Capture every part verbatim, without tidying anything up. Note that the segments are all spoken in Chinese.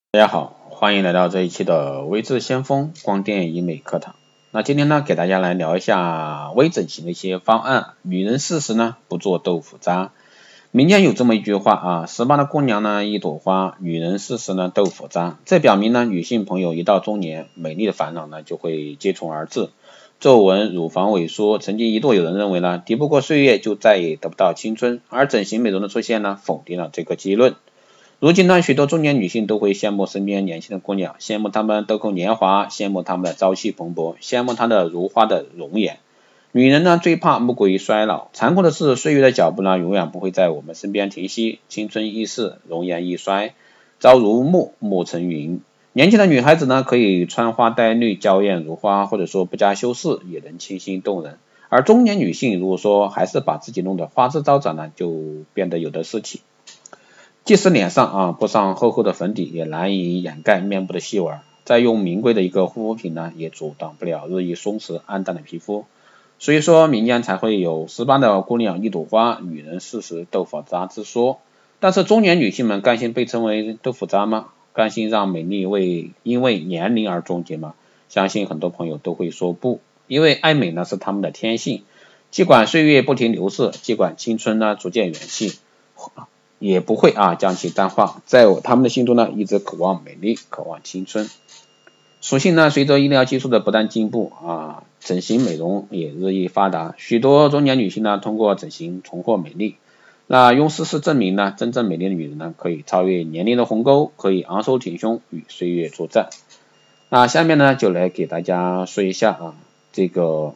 大家好，欢迎来到这一期的微智先锋光电医美课堂。那今天呢，给大家来聊一下微整形的一些方案。女人四十呢，不做豆腐渣。民间有这么一句话啊，十八的姑娘呢一朵花，女人四十呢豆腐渣。这表明呢，女性朋友一到中年，美丽的烦恼呢就会接踵而至。皱纹、乳房萎缩，曾经一度有人认为呢，抵不过岁月就再也得不到青春，而整形美容的出现呢，否定了这个结论。如今呢，许多中年女性都会羡慕身边年轻的姑娘，羡慕她们豆蔻年华，羡慕她们的朝气蓬勃，羡慕她的如花的容颜。女人呢，最怕莫过于衰老。残酷的是，岁月的脚步呢，永远不会在我们身边停息。青春易逝，容颜易衰，朝如暮，暮成云。年轻的女孩子呢，可以穿花戴绿，娇艳如花，或者说不加修饰，也能清新动人。而中年女性如果说还是把自己弄得花枝招展呢，就变得有的是体。即使脸上啊布上厚厚的粉底，也难以掩盖面部的细纹。再用名贵的一个护肤品呢，也阻挡不了日益松弛暗淡的皮肤。所以说民间才会有十八的姑娘一朵花，女人四十豆腐渣之说。但是中年女性们甘心被称为豆腐渣吗？甘心让美丽为因为年龄而终结吗？相信很多朋友都会说不，因为爱美呢是他们的天性。尽管岁月不停流逝，尽管青春呢逐渐远去，也不会啊将其淡化，在他们的心中呢一直渴望美丽，渴望青春。所幸呢，随着医疗技术的不断进步啊，整形美容也日益发达，许多中年女性呢通过整形重获美丽。那用事实证明呢，真正美丽的女人呢可以超越年龄的鸿沟，可以昂首挺胸与岁月作战。那下面呢就来给大家说一下啊这个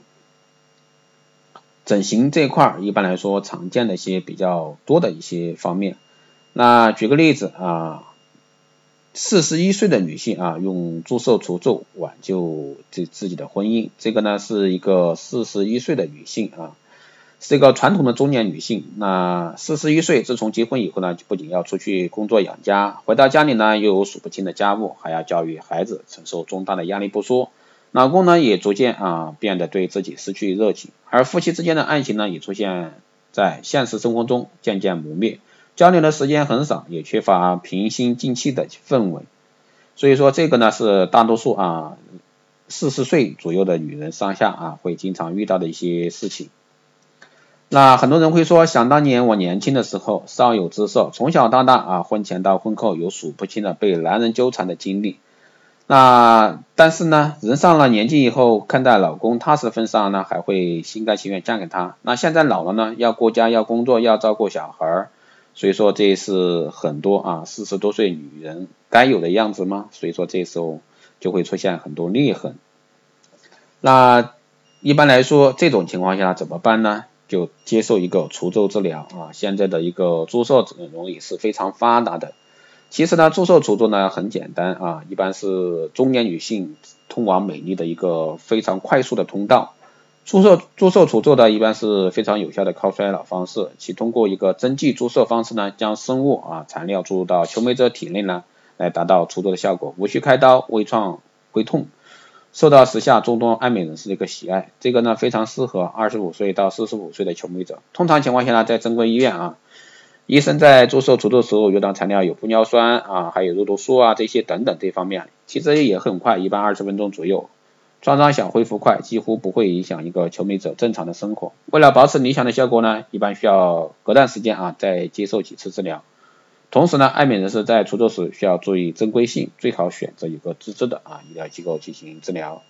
整形这一块一般来说常见的一些比较多的一些方面。那举个例子啊，四十一岁的女性啊，用注射除皱挽救自自己的婚姻。这个呢是一个四十一岁的女性啊，是一个传统的中年女性。那四十一岁自从结婚以后呢，不仅要出去工作养家，回到家里呢又有数不清的家务，还要教育孩子，承受重大的压力不说。老公呢也逐渐啊变得对自己失去热情，而夫妻之间的爱情呢也出现在现实生活中渐渐磨灭，交流的时间很少，也缺乏平心静气的氛围。所以说这个呢是大多数啊四十岁左右的女人上下啊会经常遇到的一些事情。那很多人会说，想当年我年轻的时候少有姿色，从小到大啊婚前到婚后有数不清的被男人纠缠的经历。那但是呢，人上了年纪以后，看待老公踏实份上呢，还会心甘情愿嫁给他。那现在老了呢，要顾家，要工作，要照顾小孩，所以说这是很多啊四十多岁女人该有的样子吗？所以说这时候就会出现很多裂痕。那一般来说，这种情况下怎么办呢？就接受一个除皱治疗啊，现在的一个注射整容也是非常发达的。其实呢，注射除皱呢很简单啊，一般是中年女性通往美丽的一个非常快速的通道。注射注射除皱呢，一般是非常有效的抗衰老方式，其通过一个针剂注射方式呢，将生物啊材料注入到求美者体内呢，来达到除皱的效果，无需开刀，微创微痛，受到时下众多爱美人士的一个喜爱。这个呢非常适合二十五岁到四十五岁的求美者。通常情况下呢，在正规医院啊，医生在注射除皱时候用到材料有玻尿酸啊，还有肉毒素啊这些等等这方面，其实也很快，一般二十分钟左右，创伤小恢复快，几乎不会影响一个求美者正常的生活。为了保持理想的效果呢，一般需要隔段时间啊再接受几次治疗。同时呢，爱美人士在除皱时需要注意正规性，最好选择一个资质的啊医疗机构进行治疗。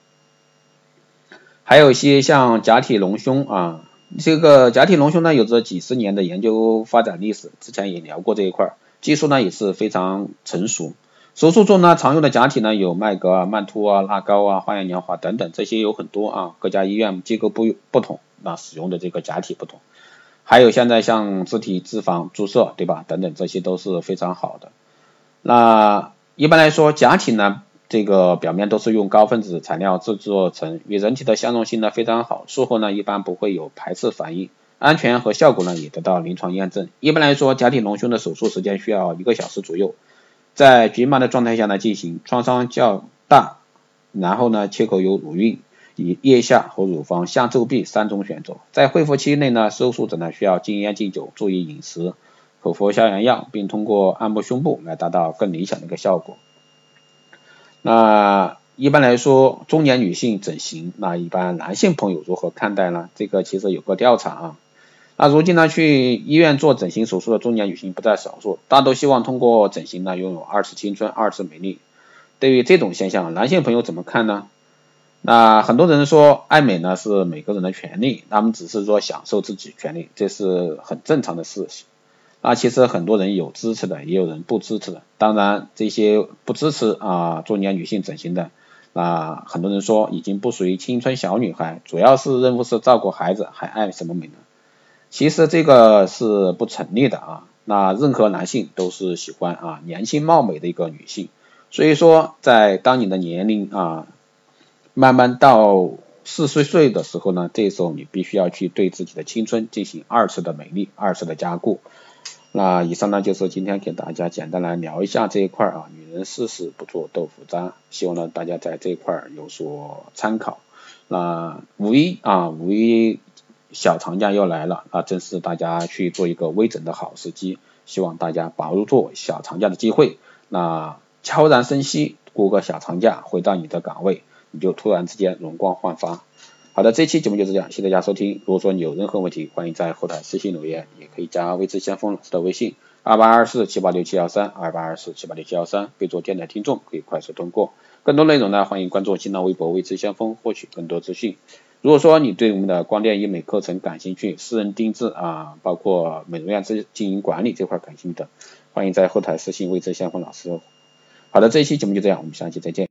还有一些像假体隆胸啊，这个假体隆胸呢有着几十年的研究发展历史，之前也聊过这一块，技术呢也是非常成熟。手术中呢常用的假体呢有麦格啊、曼凸啊、蜡膏啊、花样年华等等，这些有很多啊，各家医院机构不不同，那使用的这个假体不同。还有现在像自体脂肪注射对吧，等等，这些都是非常好的。那一般来说假体呢这个表面都是用高分子材料制作成，与人体的相容性呢非常好，术后呢一般不会有排斥反应，安全和效果呢也得到临床验证。一般来说假体隆胸的手术时间需要一个小时左右，在局麻的状态下呢进行，创伤较大，然后呢切口有乳晕，以腋下和乳房下皱壁三种选择。在恢复期内呢，手术者呢需要禁烟禁酒，注意饮食口服消炎药，并通过按摩胸部来达到更理想的一个效果。那一般来说，中年女性整形，那一般男性朋友如何看待呢？这个其实有个调查啊。那如今呢，去医院做整形手术的中年女性不在少数，大都希望通过整形呢拥有二次青春、二次美丽。对于这种现象，男性朋友怎么看呢？那很多人说，爱美呢是每个人的权利，他们只是说享受自己权利，这是很正常的事情。那其实很多人有支持的，也有人不支持的。当然，这些不支持啊中年女性整形的，那很多人说已经不属于青春小女孩，主要是任务是照顾孩子，还爱什么美呢？其实这个是不成立的啊。那任何男性都是喜欢啊年轻貌美的一个女性，所以说在当你的年龄啊慢慢到四十岁的时候呢，这时候你必须要去对自己的青春进行二次的美丽，二次的加固。那以上呢就是今天给大家简单来聊一下这一块啊，女人四十不做豆腐渣，希望呢大家在这一块有所参考。那五一啊五一小长假又来了，那正是大家去做一个微整的好时机，希望大家把握住小长假的机会，那悄然生息，过个小长假，回到你的岗位，你就突然之间容光焕发。好的，这期节目就是这样，谢谢大家收听。如果说你有任何问题，欢迎在后台私信留言，也可以加微知先锋老师的微信二八二四七八六七幺三二八二四七八六七幺三，备注电台听众，可以快速通过。更多内容呢，欢迎关注新浪微博微知先锋，获取更多资讯。如果说你对我们的光电医美课程感兴趣，私人定制啊，包括美容院经营管理这块感兴趣的，欢迎在后台私信微知先锋老师。好的，这一期节目就这样，我们下期再见。